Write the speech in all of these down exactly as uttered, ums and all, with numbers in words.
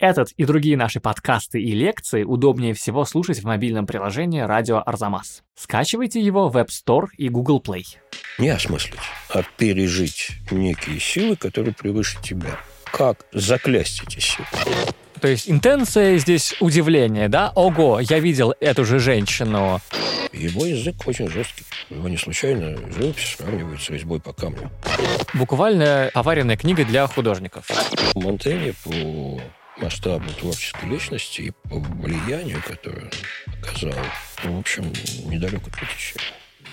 Этот и другие наши подкасты и лекции удобнее всего слушать в мобильном приложении «Радио Арзамас». Скачивайте его в App Store и Google Play. Не осмыслить, а пережить некие силы, которые превыше тебя. Как заклясть эти силы? То есть интенция здесь удивление, да? Ого, я видел эту же женщину. Его язык очень жесткий. Его не случайно живопись сравнивают с резьбой по камню. Буквально поваренная книга для художников. Монтэне по масштабу творческой личности и по влиянию, которое он оказал, ну, в общем, недалек от восхищения.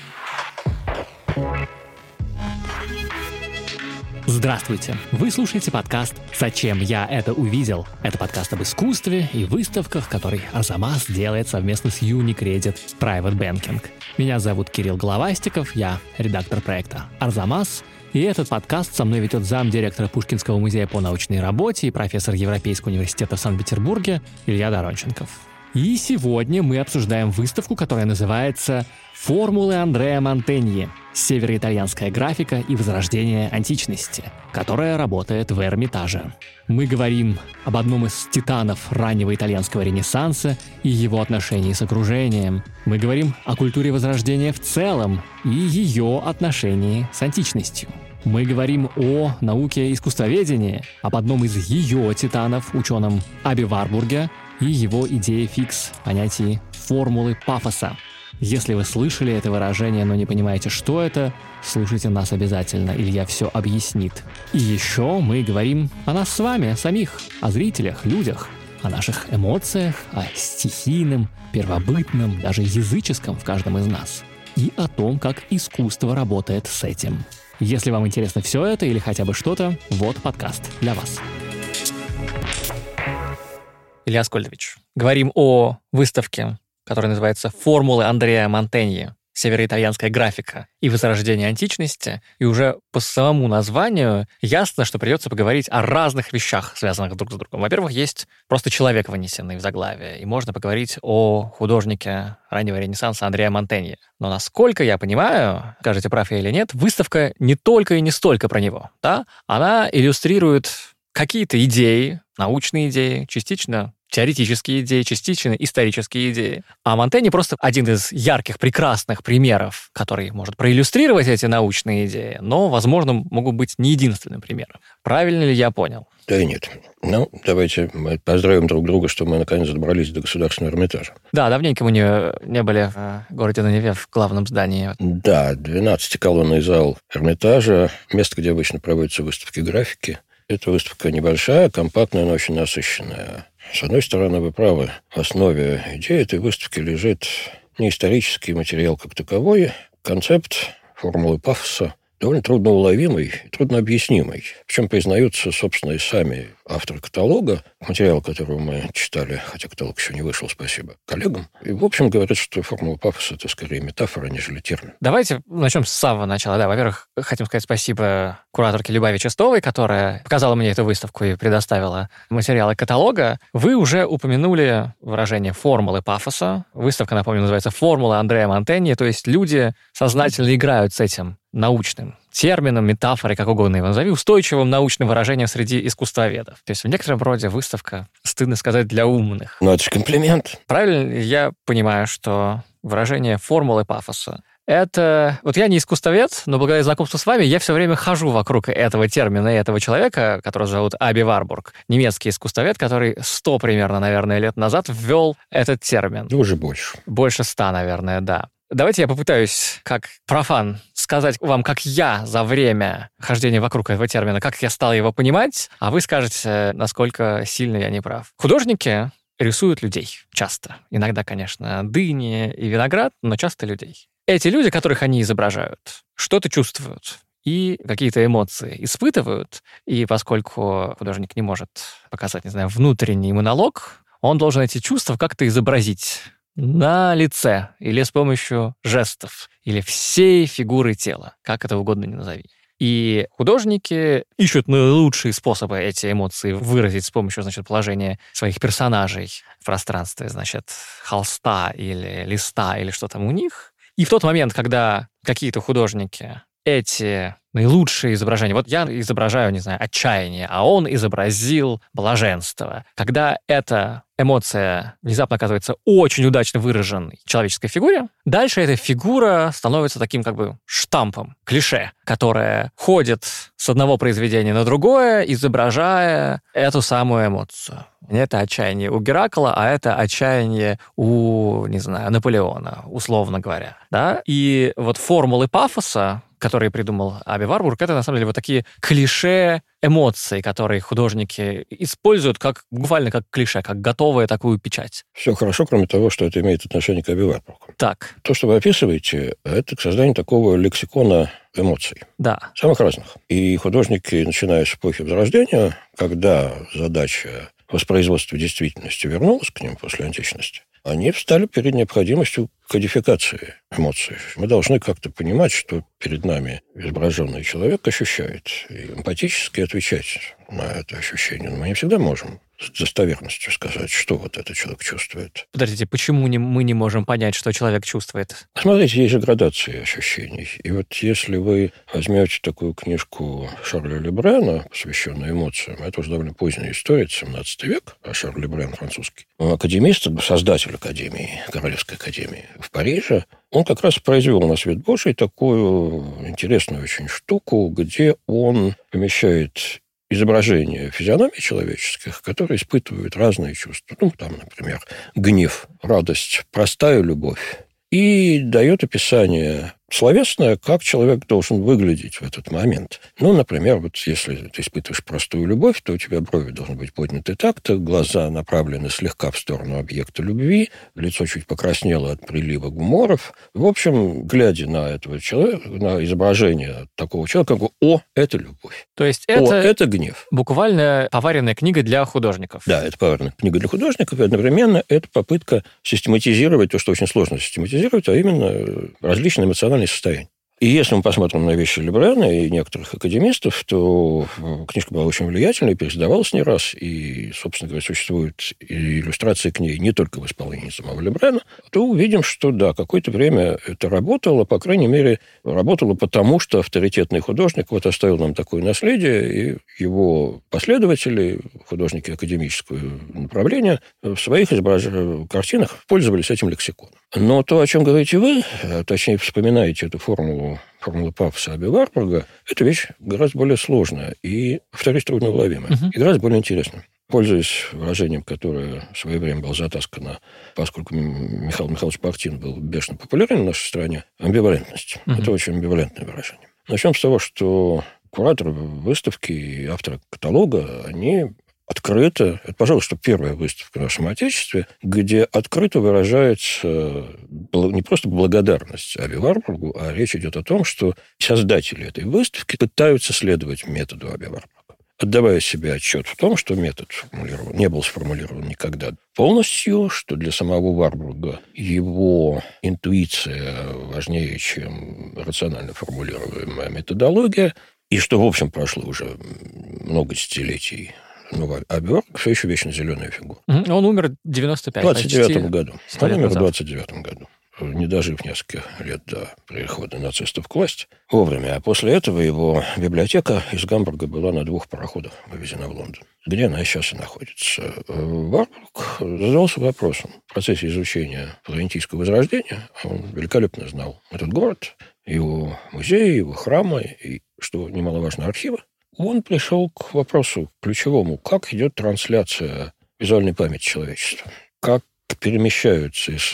Здравствуйте! Вы слушаете подкаст «Зачем я это увидел?». Это подкаст об искусстве и выставках, который Арзамас делает совместно с Unicredit Private Banking. Меня зовут Кирилл Головастиков, я редактор проекта «Арзамас», и этот подкаст со мной ведет замдиректора Пушкинского музея по научной работе и профессор Европейского университета в Санкт-Петербурге Илья Доронченков. И сегодня мы обсуждаем выставку, которая называется «Формулы Андреа Монтеньи. Североитальянская графика и возрождение античности», которая работает в Эрмитаже. Мы говорим об одном из титанов раннего итальянского ренессанса и его отношении с окружением. Мы говорим о культуре Возрождения в целом и ее отношении с античностью. Мы говорим о науке искусствоведения, об одном из ее титанов, ученом Аби Варбурге, и его идее фикс понятии формулы пафоса. Если вы слышали это выражение, но не понимаете, что это, слушайте нас обязательно, Илья все объяснит. И еще мы говорим о нас с вами, самих, о зрителях, людях, о наших эмоциях, о стихийном, первобытном, даже языческом в каждом из нас. И о том, как искусство работает с этим. Если вам интересно все это или хотя бы что-то, вот подкаст для вас. Илья Аскольдович, говорим о выставке, которая называется «Формулы Андреа Монтеньи. Североитальянская графика и возрождение античности». И уже по самому названию ясно, что придется поговорить о разных вещах, связанных друг с другом. Во-первых, есть просто человек, вынесенный в заглавие, и можно поговорить о художнике раннего Ренессанса Андреа Монтеньи. Но насколько я понимаю, скажите, прав я или нет, выставка не только и не столько про него. Да? Она иллюстрирует какие-то идеи, научные идеи, частично теоретические идеи, частично исторические идеи. А Монтеньи просто один из ярких, прекрасных примеров, который может проиллюстрировать эти научные идеи, но, возможно, могут быть не единственным примером. Правильно ли я понял? Да и нет. Ну, давайте мы поздравим друг друга, что мы наконец добрались до Государственного Эрмитажа. Да, давненько мы не, не были в городе на Неве, в главном здании. Да, двенадцатиколонный зал Эрмитажа, место, где обычно проводятся выставки графики. Эта выставка небольшая, компактная, но очень насыщенная. С одной стороны, вы правы, в основе идеи этой выставки лежит не исторический материал как таковой, концепт формулы пафоса довольно трудноуловимый и труднообъяснимый. В чем признаются, собственно, и сами авторы каталога, материал, который мы читали, хотя каталог еще не вышел, спасибо коллегам. И, в общем, говорят, что формула пафоса – это скорее метафора, нежели термин. Давайте начнем с самого начала. Да, во-первых, хотим сказать спасибо кураторке Любави Чистовой, которая показала мне эту выставку и предоставила материалы каталога. Вы уже упомянули выражение формулы пафоса. Выставка, напомню, называется «Формула Андреа Монтеньи», то есть люди сознательно играют с этим научным термином, метафорой, как угодно его назови, устойчивым научным выражением среди искусствоведов. То есть в некотором роде выставка, стыдно сказать, для умных. Ну, это же комплимент. Правильно ли я понимаю, что выражение формулы пафоса — это... Вот я не искусствовед, но благодаря знакомству с вами я все время хожу вокруг этого термина и этого человека, которого зовут Аби Варбург, немецкий искусствовед, который сто примерно, наверное, лет назад ввел этот термин. Да уже больше. Больше ста, наверное, да. Давайте я попытаюсь, как профан, сказать вам, как я за время хождения вокруг этого термина, как я стал его понимать, а вы скажете, насколько сильно я не прав. Художники рисуют людей часто. Иногда, конечно, дыни и виноград, но часто людей. Эти люди, которых они изображают, что-то чувствуют и какие-то эмоции испытывают. И поскольку художник не может показать, не знаю, внутренний монолог, он должен эти чувства как-то изобразить на лице или с помощью жестов, или всей фигуры тела, как это угодно ни назови. И художники ищут наилучшие способы эти эмоции выразить с помощью, значит, положения своих персонажей в пространстве, значит, холста или листа или что там у них. И в тот момент, когда какие-то художники эти наилучшие изображения. Вот я изображаю, не знаю, отчаяние, а он изобразил блаженство. Когда эта эмоция внезапно оказывается очень удачно выраженной в человеческой фигуре, дальше эта фигура становится таким как бы штампом, клише, которое ходит с одного произведения на другое, изображая эту самую эмоцию. Это отчаяние у Геракла, а это отчаяние у, не знаю, Наполеона, условно говоря. Да? И вот формулы пафоса, которые придумал Аби Варбург, это на самом деле вот такие клише эмоций, которые художники используют как буквально как клише, как готовую такую печать. Все хорошо, кроме того, что это имеет отношение к Аби Варбургу. Так. То, что вы описываете, это к созданию такого лексикона эмоций. Да. Самых разных. И художники, начиная с эпохи Возрождения, когда задача воспроизводства действительности вернулась к ним после античности, они встали перед необходимостью кодификации эмоций. Мы должны как-то понимать, что перед нами изображенный человек ощущает, и эмпатически отвечать на это ощущение. Но мы не всегда можем с достоверностью сказать, что вот этот человек чувствует. Подождите, почему не, мы не можем понять, что человек чувствует? Смотрите, есть же градации ощущений. И вот если вы возьмете такую книжку Шарля Лебрена, посвященную эмоциям, это уже довольно поздняя история, семнадцатый век, а Шарль Лебрен французский, академист, создатель академии, Королевской академии в Париже, он как раз произвел на свет Божий такую интересную очень штуку, где он помещает изображения физиономий человеческих, которые испытывают разные чувства. Ну, там, например, гнев, радость, простая любовь. И дает описание словесное, как человек должен выглядеть в этот момент. Ну, например, вот если ты испытываешь простую любовь, то у тебя брови должны быть подняты так-то, глаза направлены слегка в сторону объекта любви, лицо чуть покраснело от прилива гуморов. В общем, глядя на этого человека, на изображение такого человека, говорю, о, это любовь. То есть это, о, это гнев. Буквально поваренная книга для художников. Да, это поваренная книга для художников, и одновременно это попытка систематизировать то, что очень сложно систематизировать, а именно различные эмоциональные состояния. И если мы посмотрим на вещи Лебрена и некоторых академистов, то книжка была очень влиятельной, пересдавалась не раз, и, собственно говоря, существуют иллюстрации к ней не только в исполнении самого Лебрена, то увидим, что, да, какое-то время это работало, по крайней мере, работало потому, что авторитетный художник вот оставил нам такое наследие, и его последователи, художники академического направления, в своих изображ... картинах пользовались этим лексиконом. Но то, о чем говорите вы, точнее, вспоминаете эту формулу, формулу пафоса Аби Варбурга, это вещь гораздо более сложная и, повторюсь, трудноуловимая, uh-huh. и гораздо более интересная. Пользуясь выражением, которое в свое время было затаскано, поскольку Михаил Михайлович Бахтин был бешено популярен в нашей стране, амбивалентность. Uh-huh. Это очень амбивалентное выражение. Начнем с того, что кураторы выставки и авторы каталога, они открыто, это, пожалуй, что первая выставка в нашем Отечестве, где открыто выражается не просто благодарность Аби Варбургу, а речь идет о том, что создатели этой выставки пытаются следовать методу Аби Варбурга, отдавая себе отчет в том, что метод не был сформулирован никогда полностью, что для самого Варбурга его интуиция важнее, чем рационально формулируемая методология, и что, в общем, прошло уже много десятилетий. Ну, Аби Варбург все еще вечно зеленая фигура. Он умер в девяносто пятом. В двадцать девятом году. Он умер в двадцать девятом году, не дожив несколько лет до прихода нацистов к власти. Вовремя. А после этого его библиотека из Гамбурга была на двух пароходах вывезена в Лондон, где она сейчас и находится. Варбург задался вопросом в процессе изучения флорентийского возрождения. Он великолепно знал этот город, его музеи, его храмы и, что немаловажно, архивы. Он пришел к вопросу ключевому, как идет трансляция визуальной памяти человечества, как перемещаются из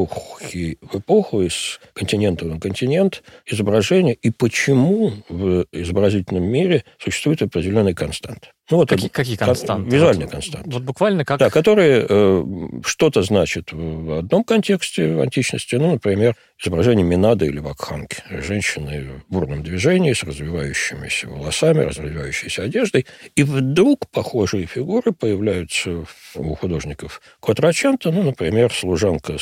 эпохи в эпоху, из континента на континент изображения, и почему в изобразительном мире существует определенные константы. Ну, вот какие, это, какие константы? Визуальные вот, константы. Вот буквально как... Да, которые э, что-то значат в одном контексте в античности, ну, например, изображение Минады или Вакханки, женщины в бурном движении с развивающимися волосами, развивающейся одеждой, и вдруг похожие фигуры появляются у художников Кватраченто, ну, например, служанка с фруктами,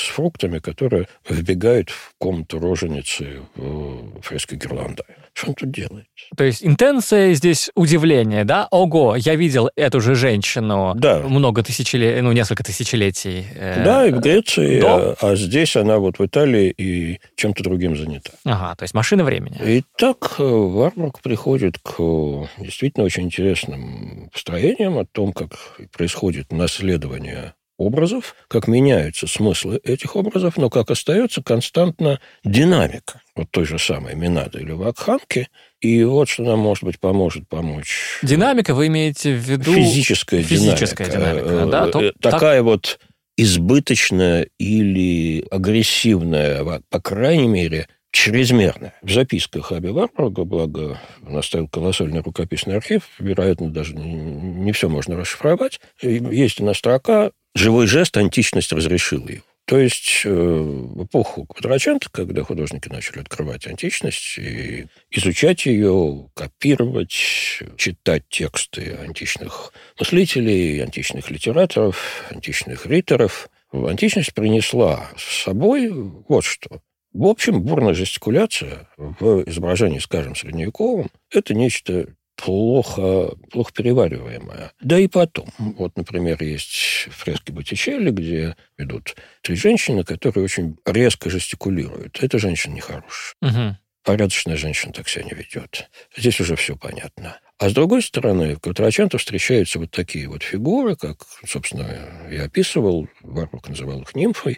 экспертами, которые вбегают в комнату роженицы в фреске Гирланда. Что он тут делает? То есть интенция здесь удивление, да? Ого, я видел эту же женщину да. много тысячелетий, ну, несколько тысячелетий. Э, да, и в Греции, до... а, а здесь она вот в Италии и чем-то другим занята. Ага, то есть машина времени. И так Варбург приходит к действительно очень интересным построениям о том, как происходит наследование образов, как меняются смыслы этих образов, но как остается константна динамика вот той же самой Менады или Вакханки. И вот что нам, может быть, поможет помочь. Динамика, вы имеете в виду... Физическая, Физическая динамика. динамика да? То, Такая так... вот избыточная или агрессивная, по крайней мере, чрезмерная. В записках Аби Варбурга, благо наставил колоссальный рукописный архив, вероятно, даже не, не все можно расшифровать, есть одна строка «Живой жест, античность разрешила его». То есть в эпоху Квадраченто, когда художники начали открывать античность и изучать ее, копировать, читать тексты античных мыслителей, античных литераторов, античных риторов, античность принесла с собой вот что. В общем, бурная жестикуляция в изображении, скажем, средневековом, это нечто плохо, плохо перевариваемое. Да и потом. Вот, например, есть фрески Боттичелли, где идут три женщины, которые очень резко жестикулируют. Эта женщина нехорошая. Угу. Порядочная женщина так себя не ведет. Здесь уже все понятно. А с другой стороны, в Квадраченто встречаются вот такие вот фигуры, как, собственно, я описывал, Варбург называл их нимфой,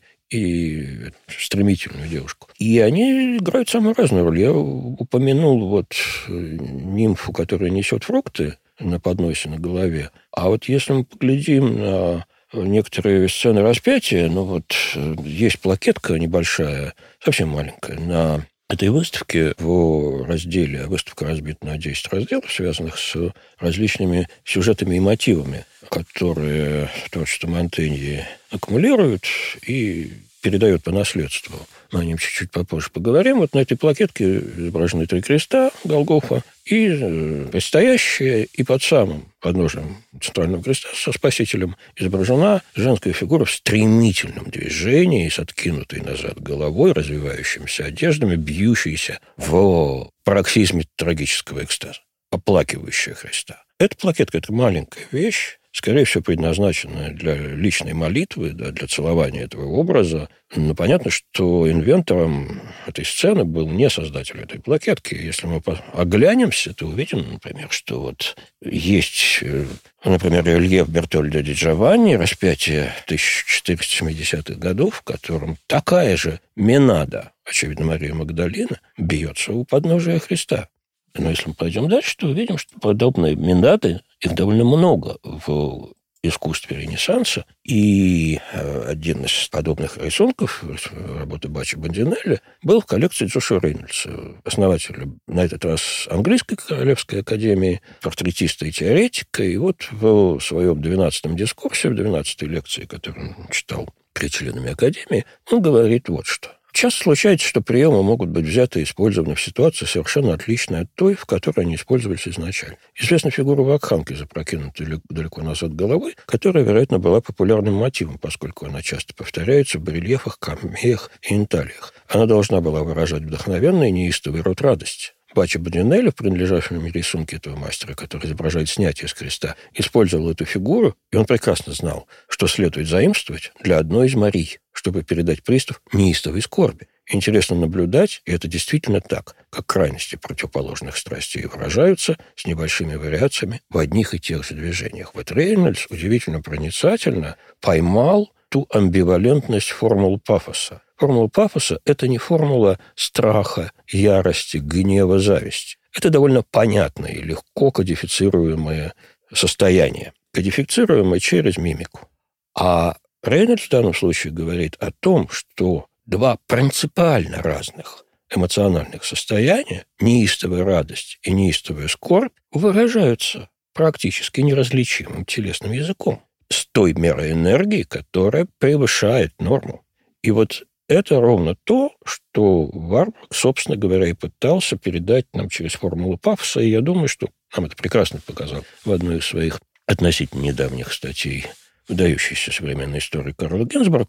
и стремительную девушку. И они играют самую разную роль. Я упомянул вот нимфу, которая несет фрукты на подносе на голове. А вот если мы поглядим на некоторые сцены распятия, ну вот есть плакетка небольшая, совсем маленькая, на этой выставке в разделе, выставка разбита на десять разделов, связанных с различными сюжетами и мотивами, которые творчество Монтеньи аккумулируют и передают по наследству. Мы о нем чуть-чуть попозже поговорим. Вот на этой плакетке изображены три креста, Голгофа, и предстоящая, и под самым подножием центрального креста со Спасителем изображена женская фигура в стремительном движении, с откинутой назад головой, развивающимися одеждами, бьющейся в пароксизме трагического экстаза, оплакивающая Христа. Эта плакетка – это маленькая вещь, скорее всего, предназначенная для личной молитвы, да, для целования этого образа. Но понятно, что инвентором этой сцены был не создатель этой плакетки. Если мы оглянемся, то увидим, например, что вот есть, например, рельеф Бертольда ди Джованни «Распятие» тысяча четыреста семидесятых годов, в котором такая же Менада, очевидно, Мария Магдалина, бьется у подножия Христа. Но если мы пойдем дальше, то увидим, что подобные Менады, их довольно много в искусстве Ренессанса. И один из подобных рисунков работы Баччо Бондинелли был в коллекции Джошуа Рейнольдса, основателя, на этот раз, английской королевской академии, портретиста и теоретика. И вот в своем двенадцатом дискурсе, в двенадцатой лекции, которую он читал перед членами академии, он говорит вот что. Часто случается, что приемы могут быть взяты и использованы в ситуации совершенно отличной от той, в которой они использовались изначально. Известна фигура Вакханки, запрокинутой далеко назад головой, которая, вероятно, была популярным мотивом, поскольку она часто повторяется в барельефах, камеях и инталиях. Она должна была выражать вдохновенный и неистовый род радости. Баччо Бондинелли, в принадлежащем рисунке этого мастера, который изображает снятие с креста, использовал эту фигуру, и он прекрасно знал, что следует заимствовать для одной из Марий, чтобы передать приступ неистовой скорби. Интересно наблюдать, и это действительно так, как крайности противоположных страстей выражаются с небольшими вариациями в одних и тех же движениях. Вот Рейнольдс удивительно проницательно поймал ту амбивалентность формул пафоса. Формула пафоса – это не формула страха, ярости, гнева, зависти. Это довольно понятное и легко кодифицируемое состояние, кодифицируемое через мимику. А Рейнольдс в данном случае говорит о том, что два принципиально разных эмоциональных состояния, неистовая радость и неистовая скорбь, выражаются практически неразличимым телесным языком с той мерой энергии, которая превышает норму. И вот это ровно то, что Варбург, собственно говоря, и пытался передать нам через формулу пафоса, и я думаю, что нам это прекрасно показал в одной из своих относительно недавних статей выдающийся современный историк Карл Гинзбург,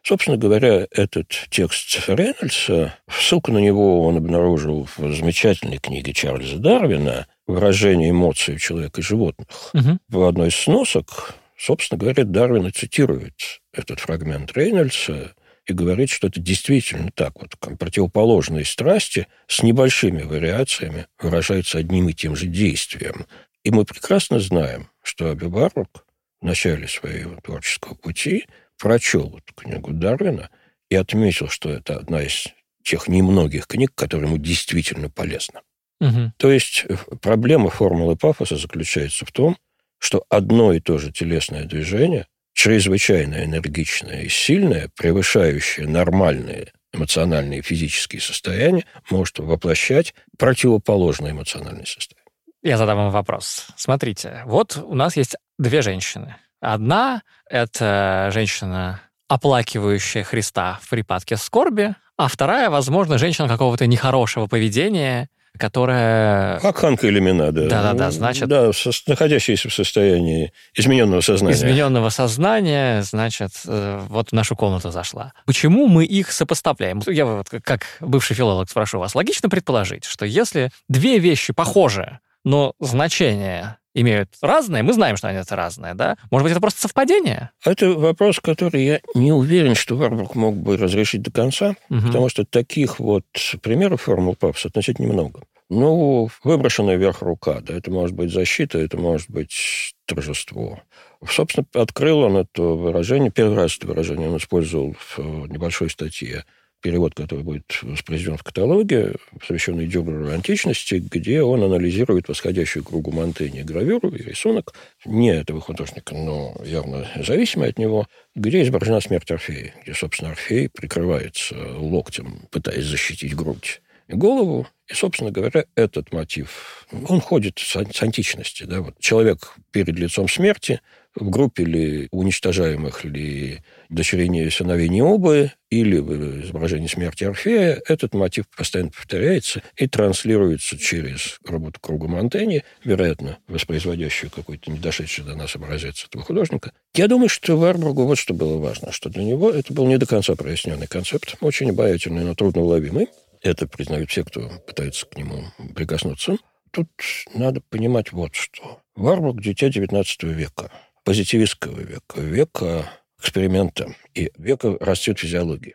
Собственно говоря, этот текст Рейнольдса, ссылку на него он обнаружил в замечательной книге Чарльза Дарвина «Выражение эмоций у человека и животных». Угу. В одной из сносок, собственно говоря, Дарвин цитирует этот фрагмент Рейнольдса и говорит, что это действительно так. Вот противоположные страсти с небольшими вариациями выражаются одним и тем же действием. И мы прекрасно знаем, что Аби Варбург в начале своего творческого пути прочел эту книгу Дарвина и отметил, что это одна из тех немногих книг, которая ему действительно полезна. Угу. То есть проблема формулы пафоса заключается в том, что одно и то же телесное движение, чрезвычайно энергичное и сильное, превышающее нормальные эмоциональные и физические состояния, может воплощать противоположное эмоциональное состояние. Я задам вам вопрос. Смотрите, вот у нас есть две женщины. Одна – это женщина, оплакивающая Христа в припадке скорби, а вторая, возможно, женщина какого-то нехорошего поведения, которая... Акханка или Мина, да. Да-да-да, значит... Да, находящаяся в состоянии измененного сознания. Измененного сознания, значит, вот в нашу комнату зашла. Почему мы их сопоставляем? Я вот как бывший филолог спрошу вас. Логично предположить, что если две вещи похожи, но значения имеют разные, мы знаем, что они это разные, да? Может быть, это просто совпадение? Это вопрос, который я не уверен, что Варбург мог бы разрешить до конца, угу. потому что таких вот примеров формул пафоса относительно немного. Ну, выброшенная вверх рука, да, это может быть защита, это может быть торжество. Собственно, открыл он это выражение, первый раз это выражение он использовал в небольшой статье, перевод, который будет воспроизведен в каталоге, посвященный Дюреру античности, где он анализирует восходящую к кругу Монтэня гравюру и рисунок, не этого художника, но явно зависимый от него, где изображена смерть Орфея, где, собственно, Орфей прикрывается локтем, пытаясь защитить грудь и голову. И, собственно говоря, этот мотив, он ходит с античности. Да? Вот человек перед лицом смерти, в группе ли уничтожаемых ли дочерей сыновей Необы или в изображении смерти Орфея, этот мотив постоянно повторяется и транслируется через работу круга Монтэня, вероятно, воспроизводящую какой-то недошедший до нас образец этого художника. Я думаю, что Варбургу вот что было важно, что для него это был не до конца проясненный концепт, очень обаятельный, но трудноуловимый. Это признают все, кто пытается к нему прикоснуться. Тут надо понимать вот что. Варбург – дитя девятнадцатого века, позитивистского века, века эксперимента и века расцвет физиологии.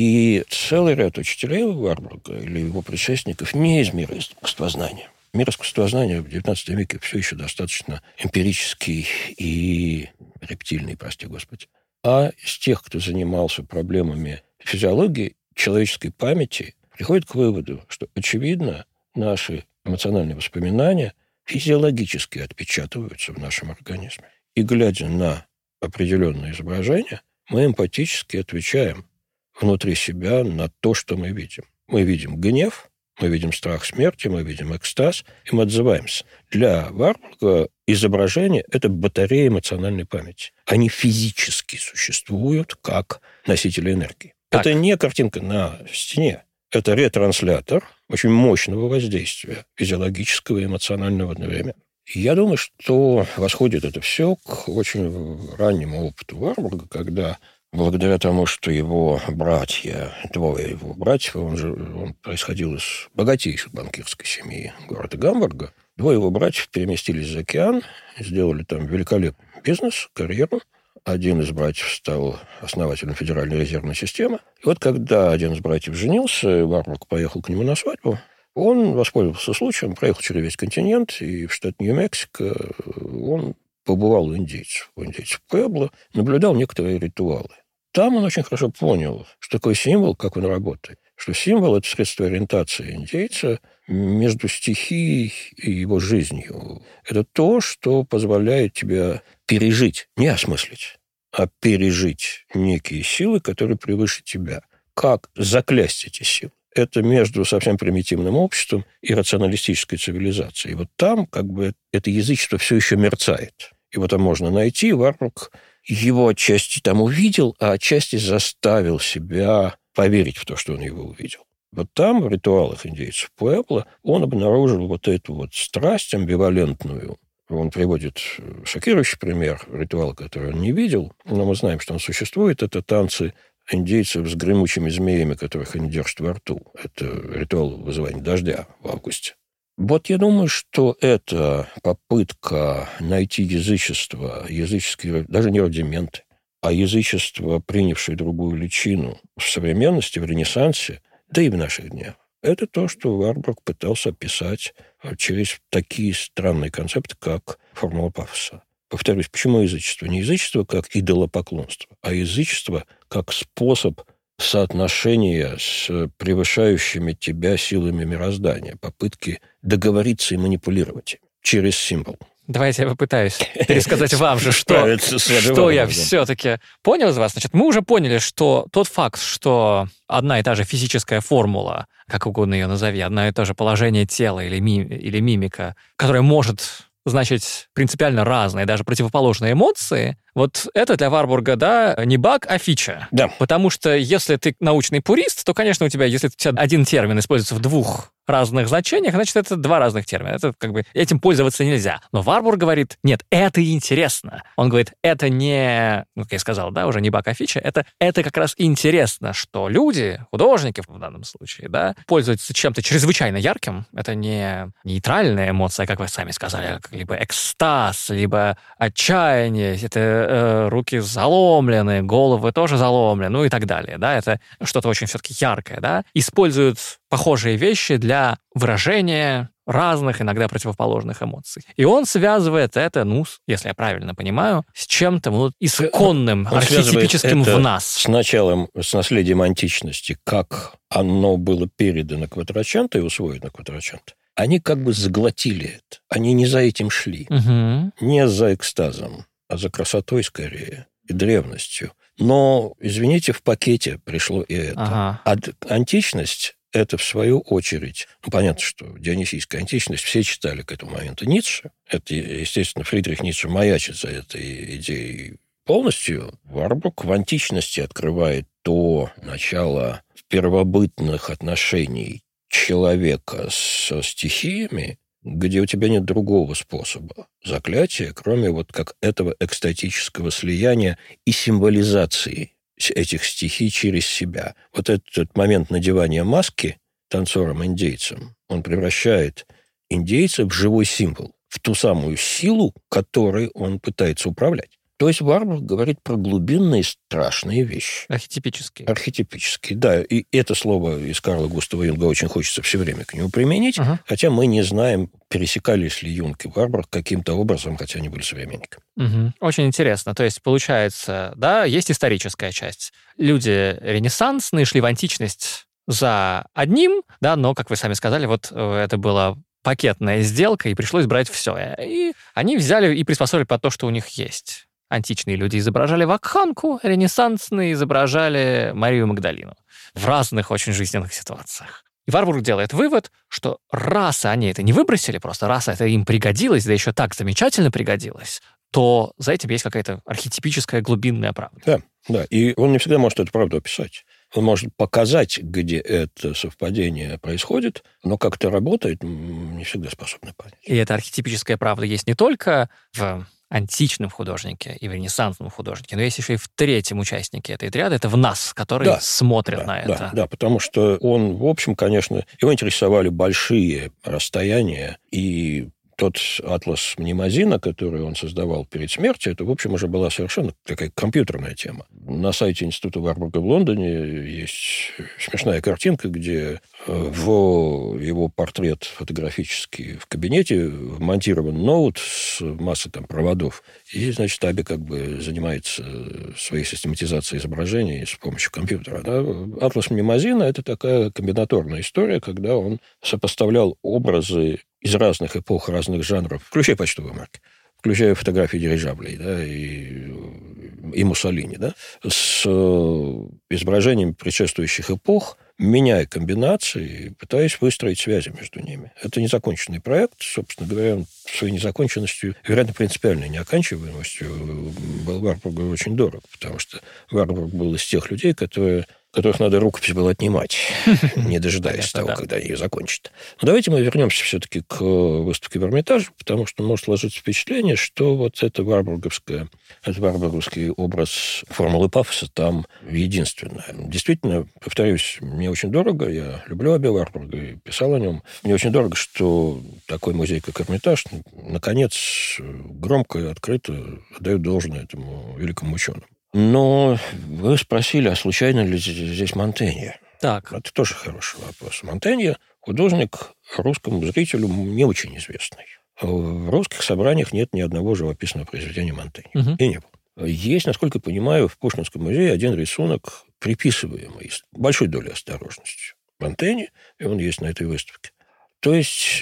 И целый ряд учителей Варбурга или его предшественников не из мира искусствознания. Мир искусствознания в девятнадцатом веке все еще достаточно эмпирический и рептильный, прости господи. А из тех, кто занимался проблемами физиологии, человеческой памяти, приходит к выводу, что, очевидно, наши эмоциональные воспоминания физиологически отпечатываются в нашем организме. И, глядя на определенное изображение, мы эмпатически отвечаем внутри себя на то, что мы видим. Мы видим гнев, мы видим страх смерти, мы видим экстаз, и мы отзываемся. Для Варбурга изображение – это батарея эмоциональной памяти. Они физически существуют как носители энергии. Так. Это не картинка на стене. Это ретранслятор очень мощного воздействия, физиологического и эмоционального одновременно. И я думаю, что восходит это все к очень раннему опыту Варбурга, когда благодаря тому, что его братья, двое его братьев, он же он происходил из богатейшей банкирской семьи города Гамбурга, двое его братьев переместились за океан, сделали там великолепный бизнес, карьеру. Один из братьев стал основателем Федеральной резервной системы. И вот когда один из братьев женился, Варбург поехал к нему на свадьбу, он воспользовался случаем, проехал через весь континент, и в штат Нью-Мексико он побывал у индейцев, у индейцев Пуэбло, наблюдал некоторые ритуалы. Там он очень хорошо понял, что такое символ, как он работает. Что символ – это средство ориентации индейца между стихией и его жизнью. Это то, что позволяет тебе пережить, не осмыслить, а пережить некие силы, которые превыше тебя. Как заклясть эти силы? Это между совсем примитивным обществом и рационалистической цивилизацией. И вот там как бы это язычество все еще мерцает. Его там можно найти. Варбург его отчасти там увидел, а отчасти заставил себя поверить в то, что он его увидел. Вот там, в ритуалах индейцев Пуэбло, он обнаружил вот эту вот страсть амбивалентную. Он приводит шокирующий пример ритуала, который он не видел, но мы знаем, что он существует. Это танцы индейцев с гремучими змеями, которых они держат во рту. Это ритуал вызывания дождя в августе. Вот я думаю, что это попытка найти язычество, языческие, даже не рудименты, а язычество, принявшее другую личину в современности, в Ренессансе, да и в наших днях. Это то, что Варбург пытался описать через такие странные концепты, как формула пафоса. Повторюсь, почему язычество? Не язычество как идолопоклонство, а язычество как способ соотношения с превышающими тебя силами мироздания, попытки договориться и манипулировать через символ. Давайте я попытаюсь пересказать вам же, что, что я все-таки понял из вас. Значит, мы уже поняли, что тот факт, что одна и та же физическая формула, как угодно ее назови, одно и то же положение тела или, ми, или мимика, которая может значить принципиально разные, даже противоположные эмоции, вот это для Варбурга, да, не баг, а фича. Да. Потому что если ты научный пурист, то, конечно, у тебя, если у тебя один термин используется в двух разных значениях, значит, это два разных термина. Это как бы этим пользоваться нельзя. Но Варбург говорит, нет, это интересно. Он говорит, это не, ну, как я сказал, да, уже не баг, а фича, это, это как раз интересно, что люди, художники в данном случае, да, пользуются чем-то чрезвычайно ярким. Это не нейтральная эмоция, как вы сами сказали, либо экстаз, либо отчаяние, это э, руки заломлены, головы тоже заломлены, ну и так далее, да, это что-то очень все-таки яркое, да, используют похожие вещи для выражения разных, иногда противоположных эмоций. И он связывает это, ну, если я правильно понимаю, с чем-то ну, исконным, он архетипическим в нас. С началом, с наследием античности, как оно было передано Кватраченто и усвоено Кватраченто. Они как бы заглотили это. Они не за этим шли. Угу. Не за экстазом, а за красотой скорее и древностью. Но, извините, в пакете пришло и это. Ага. А античность – это, в свою очередь, ну, понятно, что дионисийская античность все читали к этому моменту Ницше. Это, естественно, Фридрих Ницше маячит за этой идеей полностью. Варбург в античности открывает то начало первобытных отношений человека со стихиями, где у тебя нет другого способа заклятия, кроме вот как этого экстатического слияния и символизации этих стихий через себя. Вот этот момент надевания маски танцором-индейцем, он превращает индейца в живой символ, в ту самую силу, которой он пытается управлять. То есть Варбург говорит про глубинные страшные вещи. Архетипические. Архетипические, да. И это слово из Карла Густава Юнга очень хочется все время к нему применить, uh-huh. хотя мы не знаем, пересекались ли Юнг и Варбург каким-то образом, хотя они были современниками. Uh-huh. Очень интересно. То есть, получается, да, есть историческая часть. Люди ренессансные шли в античность за одним, да, но, как вы сами сказали, вот это было пакетная сделка, и пришлось брать все. И они взяли и приспособили под то, что у них есть. Античные люди изображали вакханку, ренессансные изображали Марию Магдалину в разных очень жизненных ситуациях. И Варбург делает вывод, что раз они это не выбросили, просто раз это им пригодилось, да еще так замечательно пригодилось, то за этим есть какая-то архетипическая глубинная правда. Да, да. И он не всегда может эту правду описать. Он может показать, где это совпадение происходит, но как это работает, не всегда способны понять. И эта архетипическая правда есть не только в античном художнике и в ренессансном художнике, но есть еще и в третьем участнике этой триады, это в нас, который да, смотрит да, на это. Да, да, потому что он, в общем, конечно, его интересовали большие расстояния, и тот атлас Мнемозина, который он создавал перед смертью, это, в общем, уже была совершенно такая компьютерная тема. На сайте Института Варбурга в Лондоне есть смешная картинка, где в его портрет фотографический в кабинете вмонтирован ноут с массой там проводов. И, значит, Аби как бы занимается своей систематизацией изображений с помощью компьютера. Да? Атлас Мнемозина – это такая комбинаторная история, когда он сопоставлял образы из разных эпох, разных жанров, включая почтовые марки, включая фотографии дирижаблей, да, и, и Муссолини, да, с изображениями предшествующих эпох, меняя комбинации, пытаясь выстроить связи между ними. Это незаконченный проект, собственно говоря, он своей незаконченностью, вероятно, принципиальной неоканчиваемостью был Варбургу очень дорог, потому что Варбург был из тех людей, которые которых надо рукопись было отнимать, не дожидаясь того, когда ее закончат. Но давайте мы вернемся все-таки к выставке в Эрмитаже, потому что может сложиться впечатление, что вот это варбурговское, это варбурговский образ формулы пафоса там единственное. Действительно, повторюсь, мне очень дорого, я люблю Абе Варбурга и писал о нем. Мне очень дорого, что такой музей, как Эрмитаж, наконец, громко и открыто отдает должное этому великому ученому. Но вы спросили, а случайно ли здесь Монтенье? Так. Это тоже хороший вопрос. Монтенье – художник русскому зрителю не очень известный. В русских собраниях нет ни одного живописного произведения Монтенье. Угу. И не было. Есть, насколько я понимаю, в Пушкинском музее один рисунок, приписываемый с большой долей осторожности Монтенье, и он есть на этой выставке. То есть,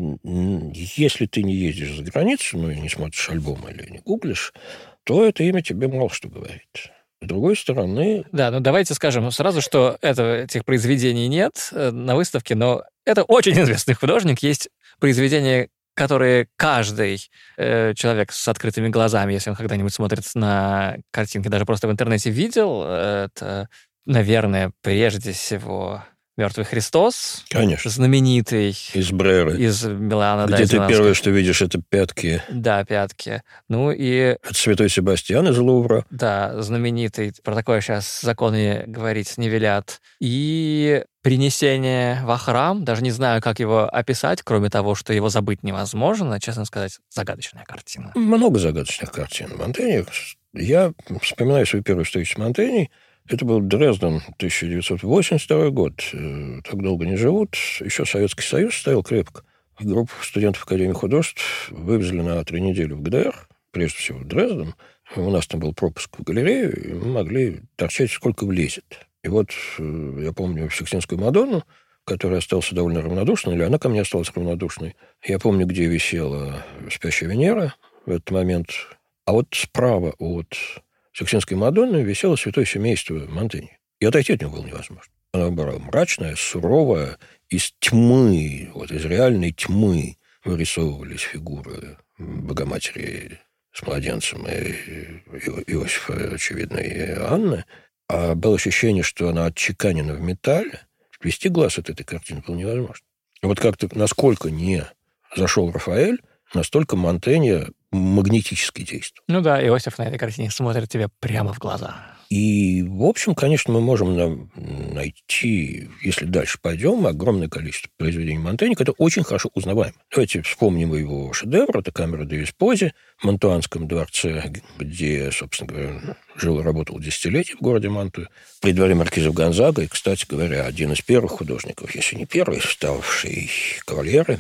если ты не ездишь за границу, ну и не смотришь альбом или не гуглишь, то это имя тебе мало что говорит. С другой стороны... Да, ну давайте скажем сразу, что это, этих произведений нет на выставке, но это очень известный художник. Есть произведения, которые каждый э, человек с открытыми глазами, если он когда-нибудь смотрит на картинки, даже просто в интернете видел, это, наверное, прежде всего... «Мертвый Христос». Конечно. Знаменитый. Из Бреры. Из Милана. Где да, ты первое, что видишь, это пятки. Да, пятки. Ну и... Это Святой Себастьян из Лувра. Да, знаменитый. Про такое сейчас законы говорить не велят. И принесение во храм. Даже не знаю, как его описать, кроме того, что его забыть невозможно. Честно сказать, загадочная картина. Много загадочных картин. Монтенье. Я вспоминаю свою первую встречу с Монтеньей. Это был Дрезден, тысяча девятьсот восемьдесят второй год. Так долго не живут. Еще Советский Союз стоял крепко. Группу студентов Академии художеств вывезли на три недели в ГДР, прежде всего в Дрезден. У нас там был пропуск в галерею, и мы могли торчать сколько влезет. И вот я помню Сикстинскую Мадонну, которая осталась довольно равнодушной, или она ко мне осталась равнодушной. Я помню, где висела «Спящая Венера» в этот момент. А вот справа от Сикстинской Мадонны висело святое семейство Монтенье. И отойти от него было невозможно. Она была мрачная, суровая, из тьмы, вот из реальной тьмы вырисовывались фигуры Богоматери с младенцем и Иосифа, очевидно, и Анны. А было ощущение, что она отчеканена в металле. Ввести глаз от этой картины было невозможно. И вот как-то, насколько не зашел Рафаэль, настолько Монтенье магнетически действует. Ну да, Иосиф на этой картине смотрит тебе прямо в глаза. И, в общем, конечно, мы можем на- найти, если дальше пойдем, огромное количество произведений Монтенье, это очень хорошо узнаваемо. Давайте вспомним его шедевр, это «Камера де Веспози» в Мантуанском дворце, где, собственно говоря, жил и работал десятилетия в городе Мантуа, при дворе маркизов Гонзага, и, кстати говоря, один из первых художников, если не первый, ставший кавальеры.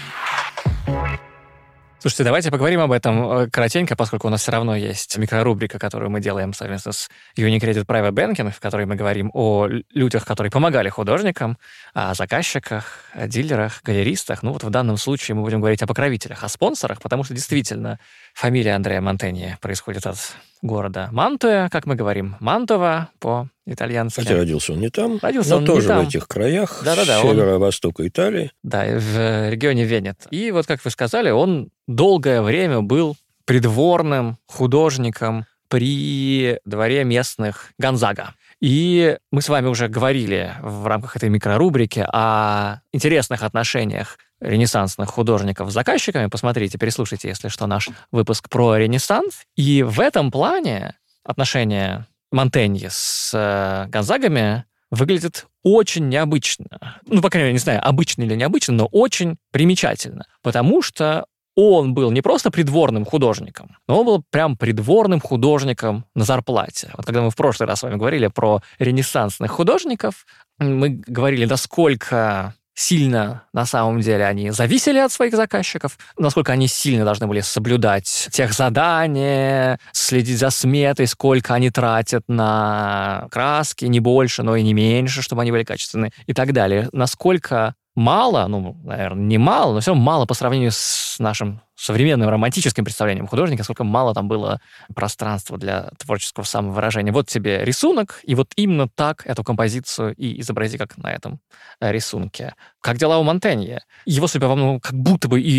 Слушайте, давайте поговорим об этом коротенько, поскольку у нас все равно есть микрорубрика, которую мы делаем совместно с Unicredit Private Banking, в которой мы говорим о людях, которые помогали художникам, о заказчиках, о дилерах, галеристах. Ну вот в данном случае мы будем говорить о покровителях, о спонсорах, потому что действительно фамилия Андреа Монтенье происходит от города Мантуа, как мы говорим, Мантова по-итальянски. Хотя родился он не там, родился но он тоже не там. в этих краях, Да-да-да, с северо-востока Италии. Да, в регионе Венет. И вот, как вы сказали, он долгое время был придворным художником при дворе местных Гонзага. И мы с вами уже говорили в рамках этой микрорубрики о интересных отношениях ренессансных художников с заказчиками. Посмотрите, переслушайте, если что, наш выпуск про Ренессанс. И в этом плане отношения Монтенье с Гонзагами выглядит очень необычно. Ну, по крайней мере, не знаю, обычно или необычно, но очень примечательно. Потому что он был не просто придворным художником, но он был прям придворным художником на зарплате. Вот когда мы в прошлый раз с вами говорили про ренессансных художников, мы говорили, насколько сильно на самом деле они зависели от своих заказчиков, насколько они сильно должны были соблюдать техзадания, следить за сметой, сколько они тратят на краски, не больше, но и не меньше, чтобы они были качественные и так далее. Насколько мало, ну, наверное, не мало, но все равно мало по сравнению с нашим современным романтическим представлением художника, сколько мало там было пространства для творческого самовыражения. Вот тебе рисунок, и вот именно так эту композицию и изобрази, как на этом рисунке. Как дела у Монтенье? Его судьба, ну, как будто бы и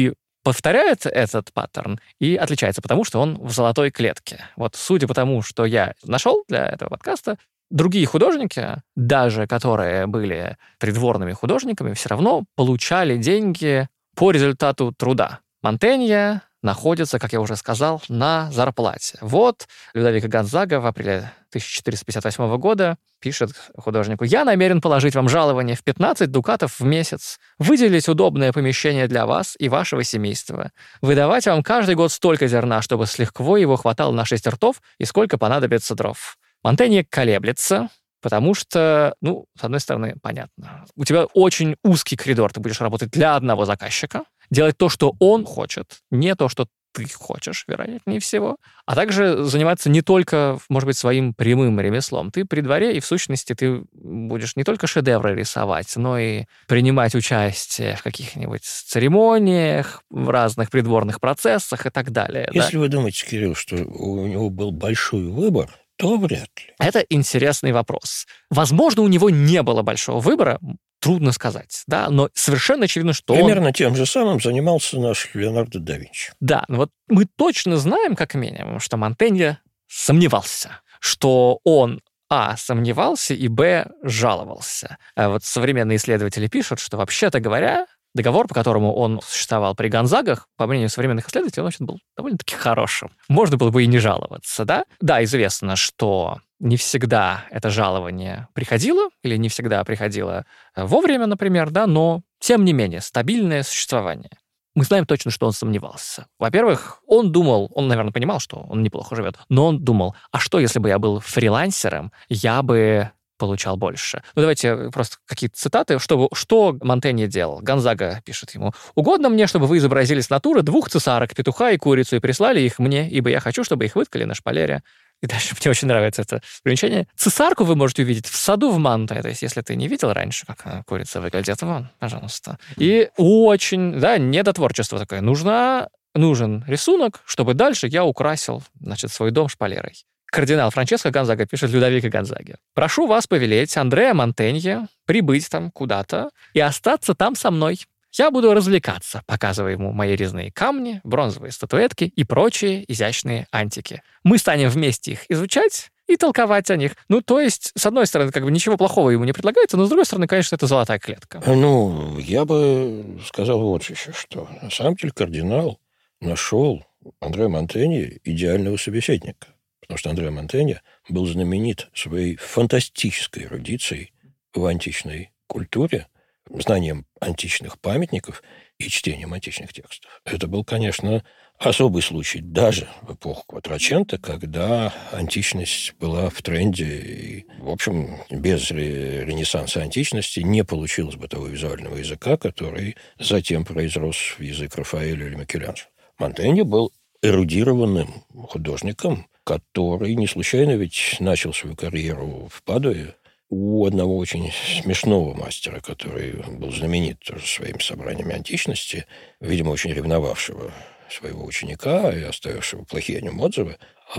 повторяет этот паттерн и отличается, потому что он в золотой клетке. Вот судя по тому, что я нашел для этого подкаста, другие художники, даже которые были придворными художниками, все равно получали деньги по результату труда. Монтенья находится, как я уже сказал, на зарплате. Вот Людовико Гонзага в апреле тысяча четыреста пятьдесят восьмого года пишет художнику: «Я намерен положить вам жалование в пятнадцать дукатов в месяц, выделить удобное помещение для вас и вашего семейства, выдавать вам каждый год столько зерна, чтобы с лихвой его хватало на шесть ртов и сколько понадобится дров». Монтенья колеблется, потому что, ну, с одной стороны, понятно. У тебя очень узкий коридор, ты будешь работать для одного заказчика, делать то, что он хочет, не то, что ты хочешь, вероятнее всего, а также заниматься не только, может быть, своим прямым ремеслом. Ты при дворе, и в сущности ты будешь не только шедевры рисовать, но и принимать участие в каких-нибудь церемониях, в разных придворных процессах и так далее. Если да? вы думаете, Кирилл, что у него был большой выбор, то вряд ли. Это интересный вопрос. Возможно, у него не было большого выбора, трудно сказать, да, но совершенно очевидно, что Примерно он... тем же самым занимался наш Леонардо да Винчи. Да, но вот мы точно знаем, как минимум, что Монтенья сомневался, что он, а, сомневался, и, б, жаловался. А вот современные исследователи пишут, что, вообще-то говоря, договор, по которому он существовал при Гонзагах, по мнению современных исследователей, он вообще был довольно-таки хорошим. Можно было бы и не жаловаться, да? Да, известно, что не всегда это жалование приходило, или не всегда приходило вовремя, например, да, но, тем не менее, стабильное существование. Мы знаем точно, что он сомневался. Во-первых, он думал, он, наверное, понимал, что он неплохо живет, но он думал, а что, если бы я был фрилансером, я бы получал больше. Ну, давайте просто какие-то цитаты. Что, что Монтенья делал? Гонзага пишет ему: «Угодно мне, чтобы вы изобразили с натуры двух цесарок, петуха и курицу, и прислали их мне, ибо я хочу, чтобы их выткали на шпалере». И дальше мне очень нравится это примечание. «Цесарку вы можете увидеть в саду в Манто». То есть, если ты не видел раньше, как курица выглядит, вон, пожалуйста. И очень, да, недотворчество такое. Нужна, нужен рисунок, чтобы дальше я украсил, значит, свой дом шпалерой. Кардинал Франческо Гонзага пишет Людовико Гонзаге: «Прошу вас повелеть Андреа Монтенье прибыть там куда-то и остаться там со мной. Я буду развлекаться, показывая ему мои резные камни, бронзовые статуэтки и прочие изящные антики. Мы станем вместе их изучать и толковать о них». Ну, то есть, с одной стороны, как бы ничего плохого ему не предлагается, но с другой стороны, конечно, это золотая клетка. Ну, я бы сказал вот еще что. На самом деле кардинал нашел Андреа Монтенье идеального собеседника. Потому что Андреа Монтенье был знаменит своей фантастической эрудицией в античной культуре, знанием античных памятников и чтением античных текстов. Это был, конечно, особый случай даже в эпоху Кватраченто, когда античность была в тренде. И, в общем, без ренессанса античности не получилось бы того визуального языка, который затем произрос в язык Рафаэля или Микеланджело. Монтенье был эрудированным художником, который не случайно ведь начал свою карьеру в Падуе у одного очень смешного мастера, который был знаменит тоже своими собраниями античности, видимо, очень ревновавшего своего ученика и оставившего плохие о нем отзывы.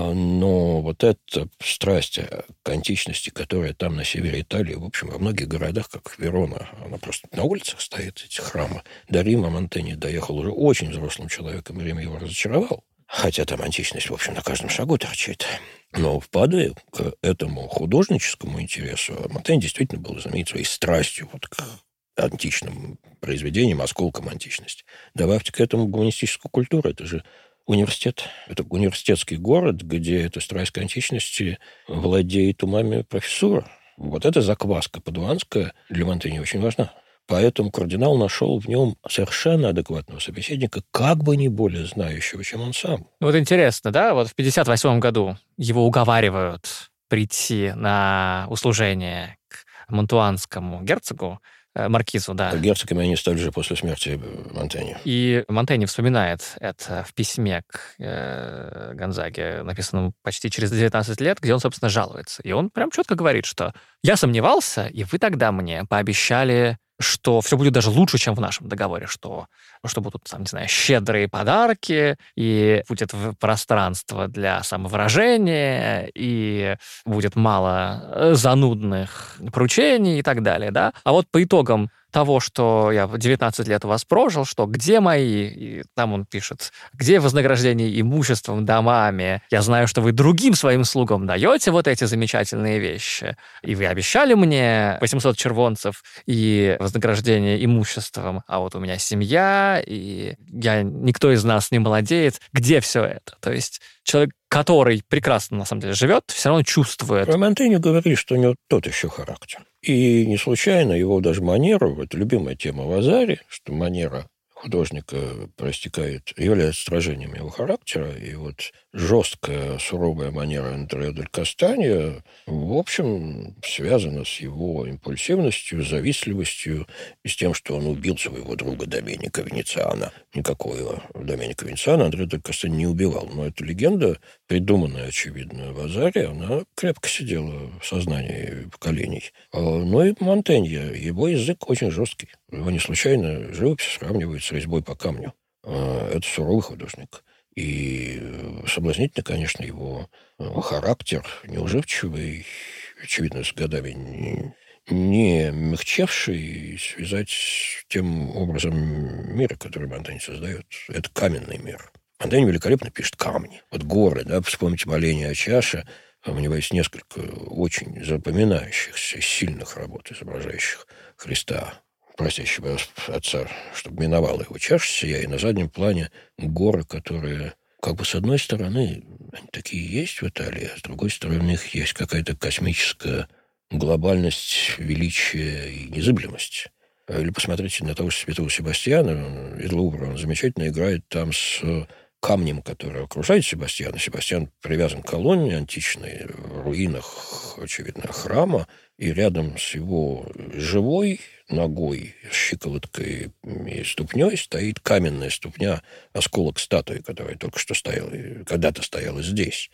Но вот эта страсть к античности, которая там на севере Италии, в общем, во многих городах, как Верона, она просто на улицах стоит, эти храмы. До Рима Монтенье доехал уже очень взрослым человеком, и Рим его разочаровал. Хотя там античность, в общем, на каждом шагу торчит. Но в Падуе к этому художническому интересу Монтенье действительно был знаменит своей страстью вот к античным произведениям, осколкам античности. Добавьте к этому гуманистическую культуру. Это же университет. Это университетский город, где эта страсть к античности владеет умами профессора. Вот эта закваска падуанская для Монтенье очень важна. Поэтому кардинал нашел в нем совершенно адекватного собеседника, как бы не более знающего, чем он сам. Вот интересно, да, вот в пятьдесят восьмом году его уговаривают прийти на услужение к мантуанскому герцогу, маркизу, да. Герцогами они стали же после смерти Монтенье. И Монтенье вспоминает это в письме к э, Гонзаге, написанном почти через девятнадцать лет, где он, собственно, жалуется. И он прям четко говорит, что «я сомневался, и вы тогда мне пообещали, что все будет даже лучше, чем в нашем договоре, что, что будут, там, не знаю, щедрые подарки, и будет пространство для самовыражения, и будет мало занудных поручений и так далее, да. А вот по итогам того, что я девятнадцать лет у вас прожил, что где мои, и там он пишет, где вознаграждение имуществом, домами, я знаю, что вы другим своим слугам даете вот эти замечательные вещи, и вы обещали мне восемьсот червонцев и вознаграждение имуществом, а вот у меня семья, и я, никто из нас не молодеет, где все это? То есть человек, который прекрасно, на самом деле, живет, все равно чувствует. Про Монтэня говорит, что у него тот еще характер. И не случайно его даже манеру, это любимая тема Вазари, что манера художника проистекает, является отражением его характера, и вот жесткая, суровая манера Андреа дель Кастаньо, в общем, связана с его импульсивностью, завистливостью и с тем, что он убил своего друга Доменика Венециана. Никакого Доменика Венециана Андреа дель Кастаньо не убивал, но эта легенда, придуманная, очевидно, Вазари, она крепко сидела в сознании поколений. Но и Монтенья, его язык очень жесткий. Его не случайно живопись сравнивают с резьбой по камню. Это суровый художник. И соблазнительно, конечно, его характер неуживчивый, очевидно, с годами не, не мягчевший, связать с тем образом мира, который Монтень создает. Это каменный мир. Монтень великолепно пишет камни. Вот горы, да, вспомните «Моление о чаше». У него есть несколько очень запоминающихся, сильных работ, изображающих Христа, просящего Отца, чтобы миновала его чаша сия, и на заднем плане горы, которые, как бы, с одной стороны, они такие есть в Италии, а с другой стороны, у них есть какая-то космическая глобальность, величие и незыблемость. Или посмотрите на того же святого Себастьяна из Лувра. Он замечательно играет там с камнем, который окружает Себастьяна. Себастьян привязан к колонне античной в руинах, очевидно, храма, и рядом с его живой ногой, щиколоткой и ступней стоит каменная ступня, осколок статуи, которая только что стояла, когда-то стояла здесь.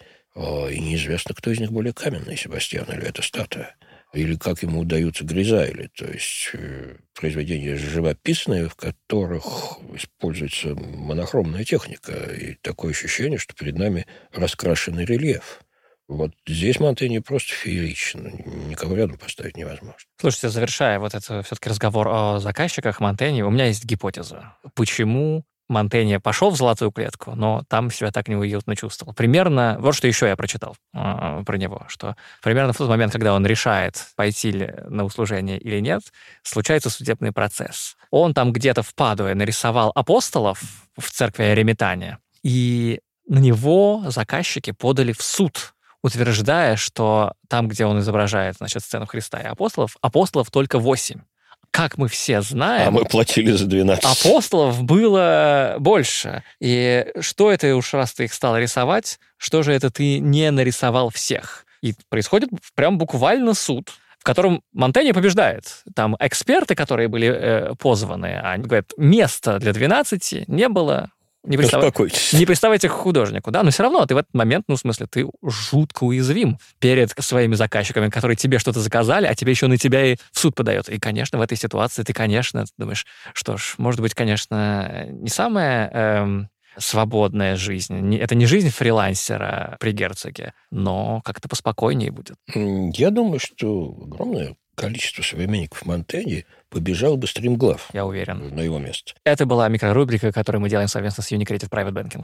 И неизвестно, кто из них более каменный, Себастьян или эта статуя. Или как ему удаются гризайли, то есть произведения живописные, в которых используется монохромная техника, и такое ощущение, что перед нами раскрашенный рельеф. Вот здесь Монтень просто феерично, никого рядом поставить невозможно. Слушайте, завершая вот этот все-таки разговор о заказчиках Монтэня, у меня есть гипотеза. Почему Монтень пошел в золотую клетку, но там себя так неуютно чувствовал? Примерно, вот что еще я прочитал э, про него, что примерно в тот момент, когда он решает, пойти ли на услужение или нет, случается судебный процесс. Он там где-то в Падуе нарисовал апостолов в церкви Эремитания, и на него заказчики подали в суд, утверждая, что там, где он изображает, значит, сцену Христа и апостолов, апостолов только восемь. Как мы все знаем... А мы платили за двенадцать. Апостолов было больше. И что это уж раз ты их стал рисовать, что же это ты не нарисовал всех? И происходит прям буквально суд, в котором Монтень побеждает. Там эксперты, которые были э, позваны, они говорят, места для двенадцати не было. Не, пристав... не приставайте к художнику, да, но все равно ты в этот момент, ну, в смысле, ты жутко уязвим перед своими заказчиками, которые тебе что-то заказали, а тебе еще на тебя и в суд подают. И, конечно, в этой ситуации ты, конечно, думаешь, что ж, может быть, конечно, не самая эм, свободная жизнь, не, это не жизнь фрилансера при герцоге, но как-то поспокойнее будет. Я думаю, что огромное количество современников Монтэня побежал бы стримглав. Я уверен. На его место. Это была микрорубрика, которую мы делаем совместно с Unicredit Private Banking.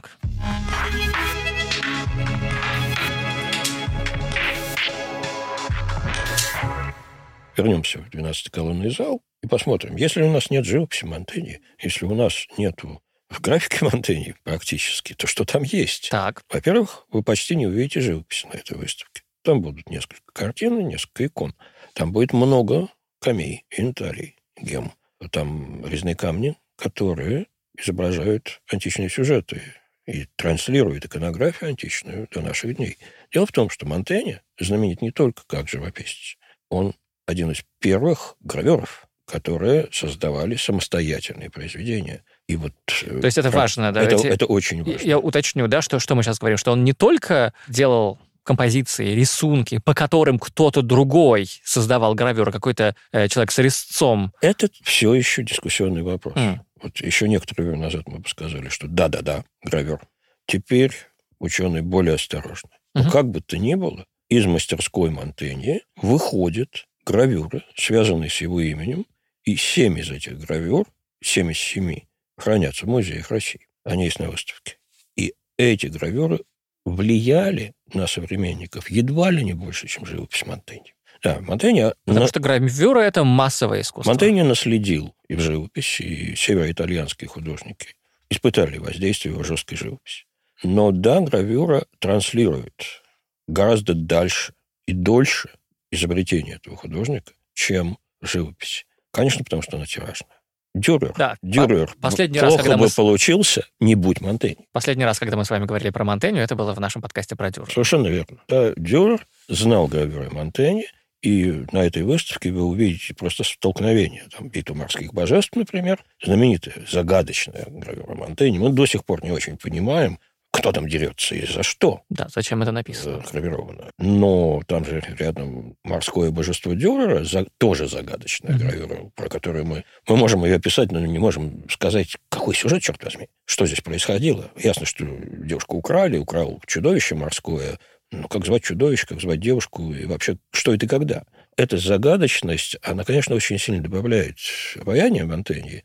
Вернемся в двенадцатиколонный зал и посмотрим. Если у нас нет живописи Монтэня, если у нас нету графики Монтэня практически, то что там есть? Так. Во-первых, вы почти не увидите живописи на этой выставке. Там будут несколько картин и несколько икон. Там будет много камей, инвентарей, гем. Там резные камни, которые изображают античные сюжеты и транслируют иконографию античную до наших дней. Дело в том, что Монтень знаменит не только как живописец. Он один из первых граверов, которые создавали самостоятельные произведения. И вот, то есть это важно, да? Это, это очень важно. Я уточню, да, что, что мы сейчас говорим, что он не только делал композиции, рисунки, по которым кто-то другой создавал гравюру, какой-то э, человек с резцом. Это все еще дискуссионный вопрос. Mm. Вот еще некоторое время назад мы бы сказали, что да-да-да, гравер. Теперь ученые более осторожны. Mm-hmm. Но как бы то ни было, из мастерской Монтэня выходят гравюры, связанные с его именем, И семь из этих гравюр, семь из семи, хранятся в музеях России. Они есть на выставке. И эти гравюры влияли на современников едва ли не больше, чем живопись Монтэни. Да, Монтэни... Потому на... что гравюра – это массовое искусство. Монтэни наследил и в живописи, и североитальянские художники испытали воздействие его жесткой живописи. Но да, гравюра транслирует гораздо дальше и дольше изобретение этого художника, чем живопись. Конечно, потому что она тиражная. Дюрер, да, Дюрер по- последний плохо раз, когда бы мы... получился, не будь Монтэни. Последний раз, когда мы с вами говорили про Монтенью, это было в нашем подкасте про Дюрера. Совершенно верно. Да, Дюрер знал гравюры Монтэни, и на этой выставке вы увидите просто столкновение. Там «Битва морских божеств», например, знаменитая, загадочная гравюра Монтэни. Мы до сих пор не очень понимаем, кто там дерется и за что. Да, зачем это написано. Гравировано. Но там же рядом морское божество Дюрера, за, тоже загадочная mm-hmm. гравюра, про которую мы... Мы можем ее описать, но не можем сказать, какой сюжет, черт возьми. Что здесь происходило. Ясно, что девушку украли, украл чудовище морское. Ну, как звать чудовище, как звать девушку, и вообще, что это и когда. Эта загадочность, она, конечно, очень сильно добавляет обаяния Монтэни,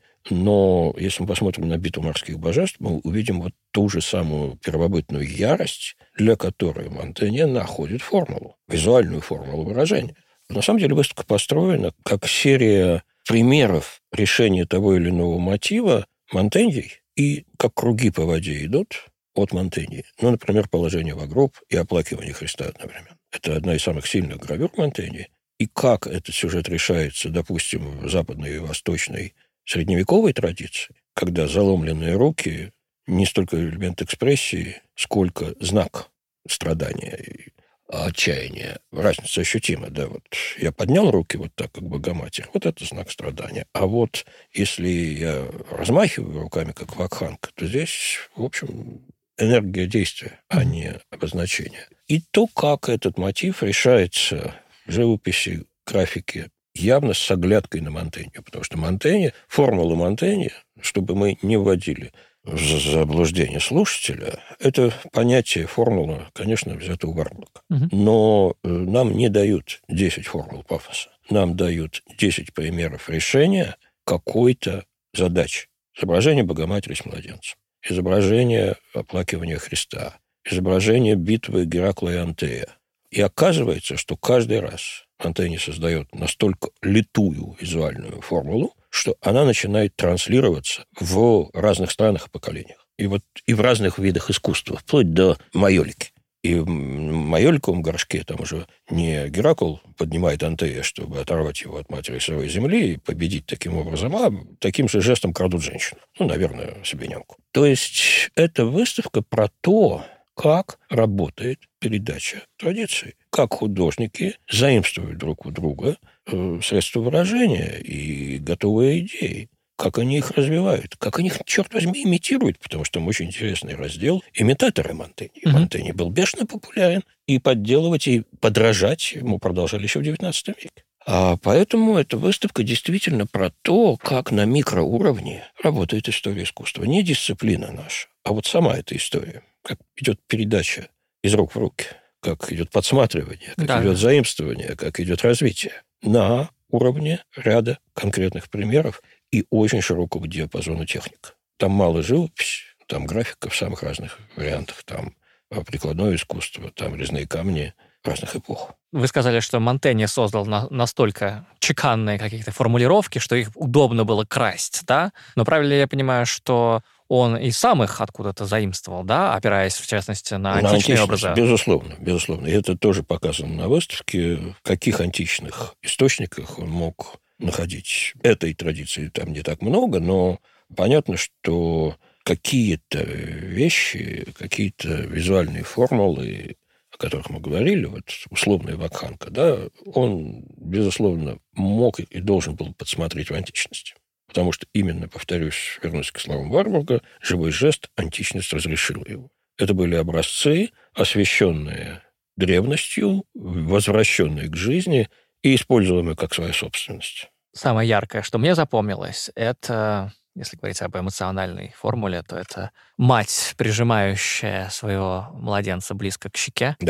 но если мы посмотрим на «Битву морских божеств», мы увидим вот ту же самую первобытную ярость, для которой Монтэни находит формулу, визуальную формулу выражения. На самом деле выставка построена как серия примеров решения того или иного мотива Монтэни, и как круги по воде идут от Монтэни. Ну, например, положение в гроб и оплакивание Христа одновременно. Это одна из самых сильных гравюр Монтэни. И как этот сюжет решается, допустим, в западной и восточной средневековой традиции, когда заломленные руки не столько элемент экспрессии, сколько знак страдания и отчаяния. Разница ощутима, да, вот я поднял руки вот так, как Богоматерь, вот это знак страдания. А вот если я размахиваю руками, как вакханка, то здесь, в общем, энергия действия, а не обозначение. И то, как этот мотив решается в живописи, графике, явно с оглядкой на Монтэни, потому что Монтэни, формула Монтэни, чтобы мы не вводили в заблуждение слушателя, это понятие, формула, конечно, взято у Варбурга. Угу. Но нам не дают десять формул пафоса. Нам дают десять примеров решения какой-то задачи. Изображение Богоматери с младенцем, изображение оплакивания Христа, изображение битвы Геракла и Антея. И оказывается, что каждый раз Монтэни создает настолько литую визуальную формулу, что она начинает транслироваться в разных странах и поколениях. И вот и в разных видах искусства, вплоть до майолики. И в майоликовом горшке там уже не Геракл поднимает Антея, чтобы оторвать его от матери сырой земли и победить таким образом, а таким же жестом крадут женщину. Ну, наверное, себенянку. То есть эта выставка про то, как работает передача традиций, как художники заимствуют друг у друга средства выражения и готовые идеи, как они их развивают, как они их, черт возьми, имитируют, потому что там очень интересный раздел «Имитаторы Монтэни». Mm-hmm. Монтэни был бешено популярен, и подделывать, и подражать ему продолжали еще в девятнадцатом веке. А поэтому эта выставка действительно про то, как на микроуровне работает история искусства. Не дисциплина наша, а вот сама эта история. Как идет передача из рук в руки, как идет подсматривание, как да. идет заимствование, как идет развитие. На уровне ряда конкретных примеров и очень широкого диапазона техник. Там мало живописи, там графика в самых разных вариантах, там прикладное искусство, там резные камни разных эпох. Вы сказали, что Монтэни создал на, настолько чеканные какие-то формулировки, что их удобно было красть, да? Но правильно ли я понимаю, что он и сам их откуда-то заимствовал, да, опираясь, в частности, на античные на образы? Безусловно, безусловно. И это тоже показано на выставке, в каких античных источниках он мог находить. Этой традиции там не так много, но понятно, что какие-то вещи, какие-то визуальные формулы, о которых мы говорили, вот условная вакханка, да, он, безусловно, мог и должен был подсмотреть в античности. Потому что именно, повторюсь, вернусь к словам Варбурга, живой жест античность разрешила его. Это были образцы, освященные древностью, возвращенные к жизни и используемые как своя собственность. Самое яркое, что мне запомнилось, это, если говорить об эмоциональной формуле, то это мать, прижимающая своего младенца близко к щеке. Да.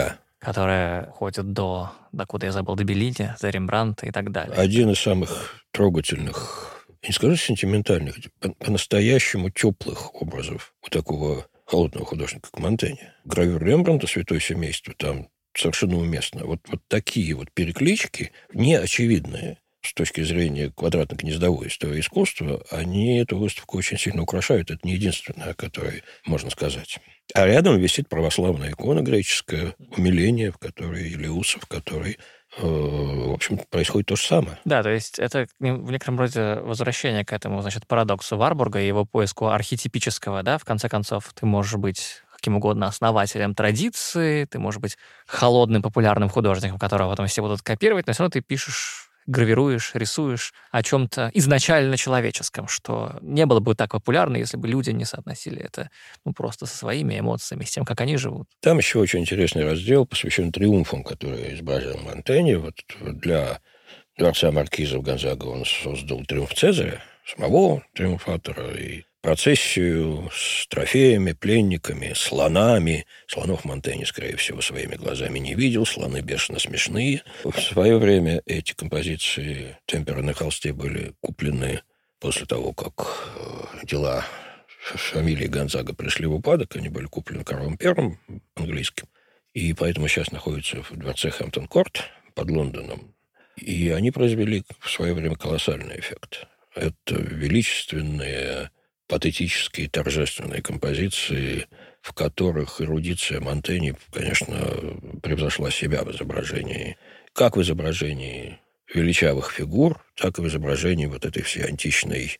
которая ходит до, докуда я забыл, до Беллини, до Рембрандта и так далее. Один из самых трогательных, не скажу сентиментальных, по-настоящему теплых образов у такого холодного художника, как Монтэне. Гравюра Рембрандта «Святое семейство» там совершенно уместно. Вот, вот такие вот переклички, неочевидные с точки зрения квадратно-гнездовой истории искусства, они эту выставку очень сильно украшают. Это не единственное, о которой можно сказать. А рядом висит православная икона греческая, умиление, в которой Илеуса, в которой, э, в общем, происходит то же самое. Да, то есть это в некотором роде возвращение к этому, значит, парадоксу Варбурга и его поиску архетипического, да, в конце концов, ты можешь быть каким угодно основателем традиции, ты можешь быть холодным популярным художником, которого потом все будут копировать, но все равно ты пишешь, гравируешь, рисуешь о чем-то изначально человеческом, что не было бы так популярно, если бы люди не соотносили это ну, просто со своими эмоциями, с тем, как они живут. Там еще очень интересный раздел, посвящен триумфам, которые изображал Монтэне. Вот для дворца маркизов Гонзага он создал триумф Цезаря, самого триумфатора, и процессию с трофеями, пленниками, слонами. Слонов Монтэне, скорее всего, своими глазами не видел. Слоны бешено смешные. В свое время эти композиции темпера на холсте были куплены после того, как дела фамилии Гонзага пришли в упадок. Они были куплены Карлом Первым английским. И поэтому сейчас находятся в дворце Хэмптон-Корт под Лондоном. И они произвели в свое время колоссальный эффект. Это величественные, патетические, торжественные композиции, в которых эрудиция Монтэне, конечно, превзошла себя в изображении. Как в изображении величавых фигур, так и в изображении вот этой всей античной,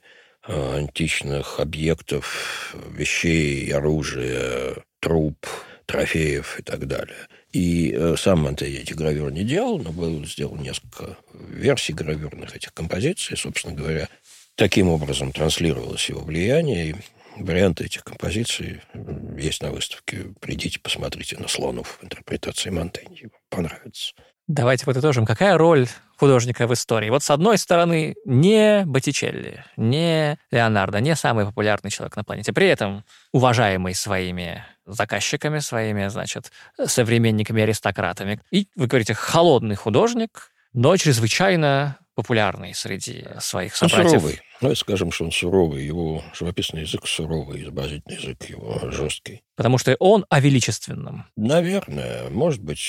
античных объектов, вещей, оружия, труп, трофеев и так далее. И сам Монтэне эти гравюры не делал, но был сделал несколько версий гравюрных этих композиций. Собственно говоря, таким образом транслировалось его влияние. И варианты этих композиций есть на выставке. Придите, посмотрите на слонов в интерпретации Монтэне. Понравится. Давайте подытожим. Какая роль художника в истории? Вот с одной стороны, не Боттичелли, не Леонардо, не самый популярный человек на планете. При этом уважаемый своими заказчиками, своими, значит, современниками-аристократами. И, вы говорите, холодный художник, но чрезвычайно популярный среди своих собратьев. Он суровый. Ну, скажем, что он суровый. Его живописный язык суровый, изобразительный язык его жесткий. Потому что он о величественном. Наверное. Может быть,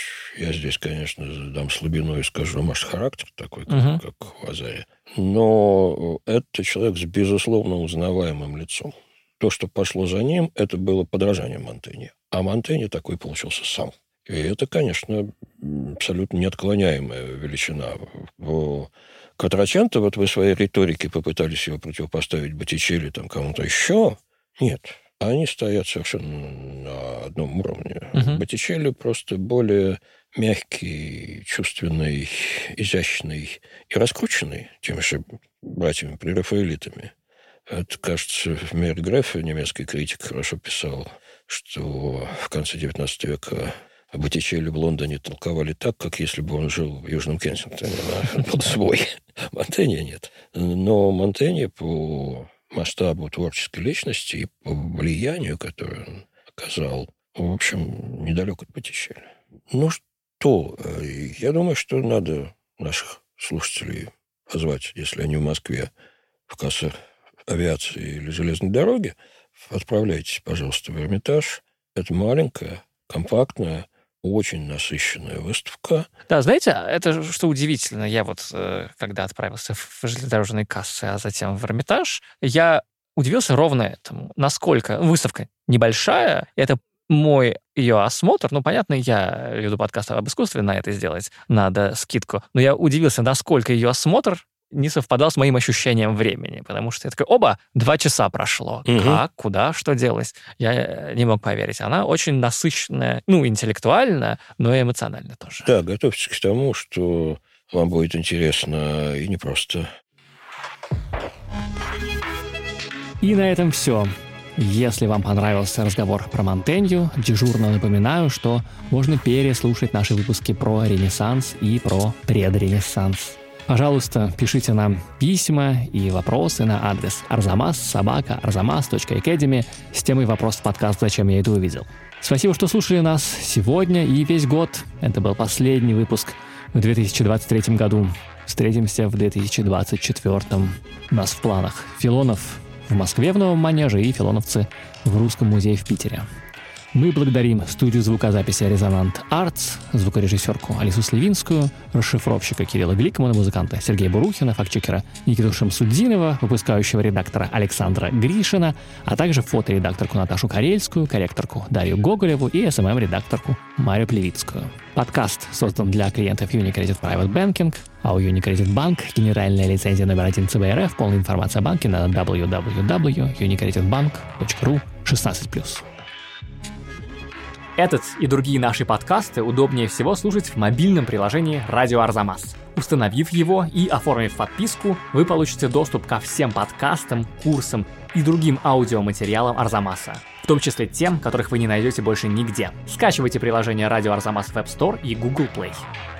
я здесь, конечно, дам слабину и скажу, может, характер такой, как, угу. как у Вазари. Но это человек с безусловно узнаваемым лицом. То, что пошло за ним, это было подражание Монтэне. А Монтэне такой получился сам. И это, конечно, абсолютно неотклоняемая величина. В Кватраченто, вот вы в своей риторике попытались его противопоставить Боттичелли, там, кому-то еще. Нет. Они стоят совершенно на одном уровне. Uh-huh. Боттичелли просто более мягкий, чувственный, изящный и раскрученный теми же братьями-прерафаэлитами. Это, кажется, Мейер Греф, немецкий критик, хорошо писал, что в конце девятнадцатого века Боттичелли в Лондоне толковали так, как если бы он жил в Южном Кенсингтоне. Он был свой. Монтэне нет. Но Монтэне по масштабу творческой личности и по влиянию, которое он оказал, в общем, недалек от Боттичелли. Ну что, я думаю, что надо наших слушателей позвать, если они в Москве, в кассы авиации или железной дороги, отправляйтесь, пожалуйста, в Эрмитаж. Это маленькая, компактная, очень насыщенная выставка. Да, знаете, это что удивительно. Я вот, когда отправился в железнодорожные кассы, а затем в Эрмитаж, я удивился ровно этому. Насколько выставка небольшая, это мой ее осмотр, ну, понятно, я веду подкаст об искусстве, на это сделать надо скидку, но я удивился, насколько ее осмотр не совпадал с моим ощущением времени, потому что я такой, оба, два часа прошло. Угу. Как, куда, что делалось? Я не мог поверить. Она очень насыщенная, ну, интеллектуально, но и эмоционально тоже. Да, готовьтесь к тому, что вам будет интересно и непросто. И на этом все. Если вам понравился разговор про Монтенью, дежурно напоминаю, что можно переслушать наши выпуски про Ренессанс и про предренессанс. Пожалуйста, пишите нам письма и вопросы на адрес арзамас собака арзамас точка академи с темой «Вопрос в подкаст «Зачем я это увидел?». Спасибо, что слушали нас сегодня и весь год. Это был последний выпуск в две тысячи двадцать третьем году. Встретимся в две тысячи двадцать четвёртом. У нас в планах Филонов в Москве в Новом Манеже и Филоновцы в Русском музее в Питере. Мы благодарим студию звукозаписи «Резонант Артс», звукорежиссерку Алису Сливинскую, расшифровщика Кирилла Гликмана, музыканта Сергея Бурухина, фактчекера Никиту Шамсуддинова, выпускающего редактора Александра Гришина, а также фоторедакторку Наташу Карельскую, корректорку Дарью Гоголеву и эс эм эм-редакторку Марию Плевицкую. Подкаст создан для клиентов Unicredit Private Banking, а у Unicredit Bank генеральная лицензия номер один цэ бэ эр эф. Полная информация о банке на дабл ю дабл ю дабл ю точка unicredit bank точка ру шестнадцать плюс. Этот и другие наши подкасты удобнее всего слушать в мобильном приложении «Радио Арзамас». Установив его и оформив подписку, вы получите доступ ко всем подкастам, курсам и другим аудиоматериалам Арзамаса, в том числе тем, которых вы не найдете больше нигде. Скачивайте приложение «Радио Арзамас» в App Store и Google Play.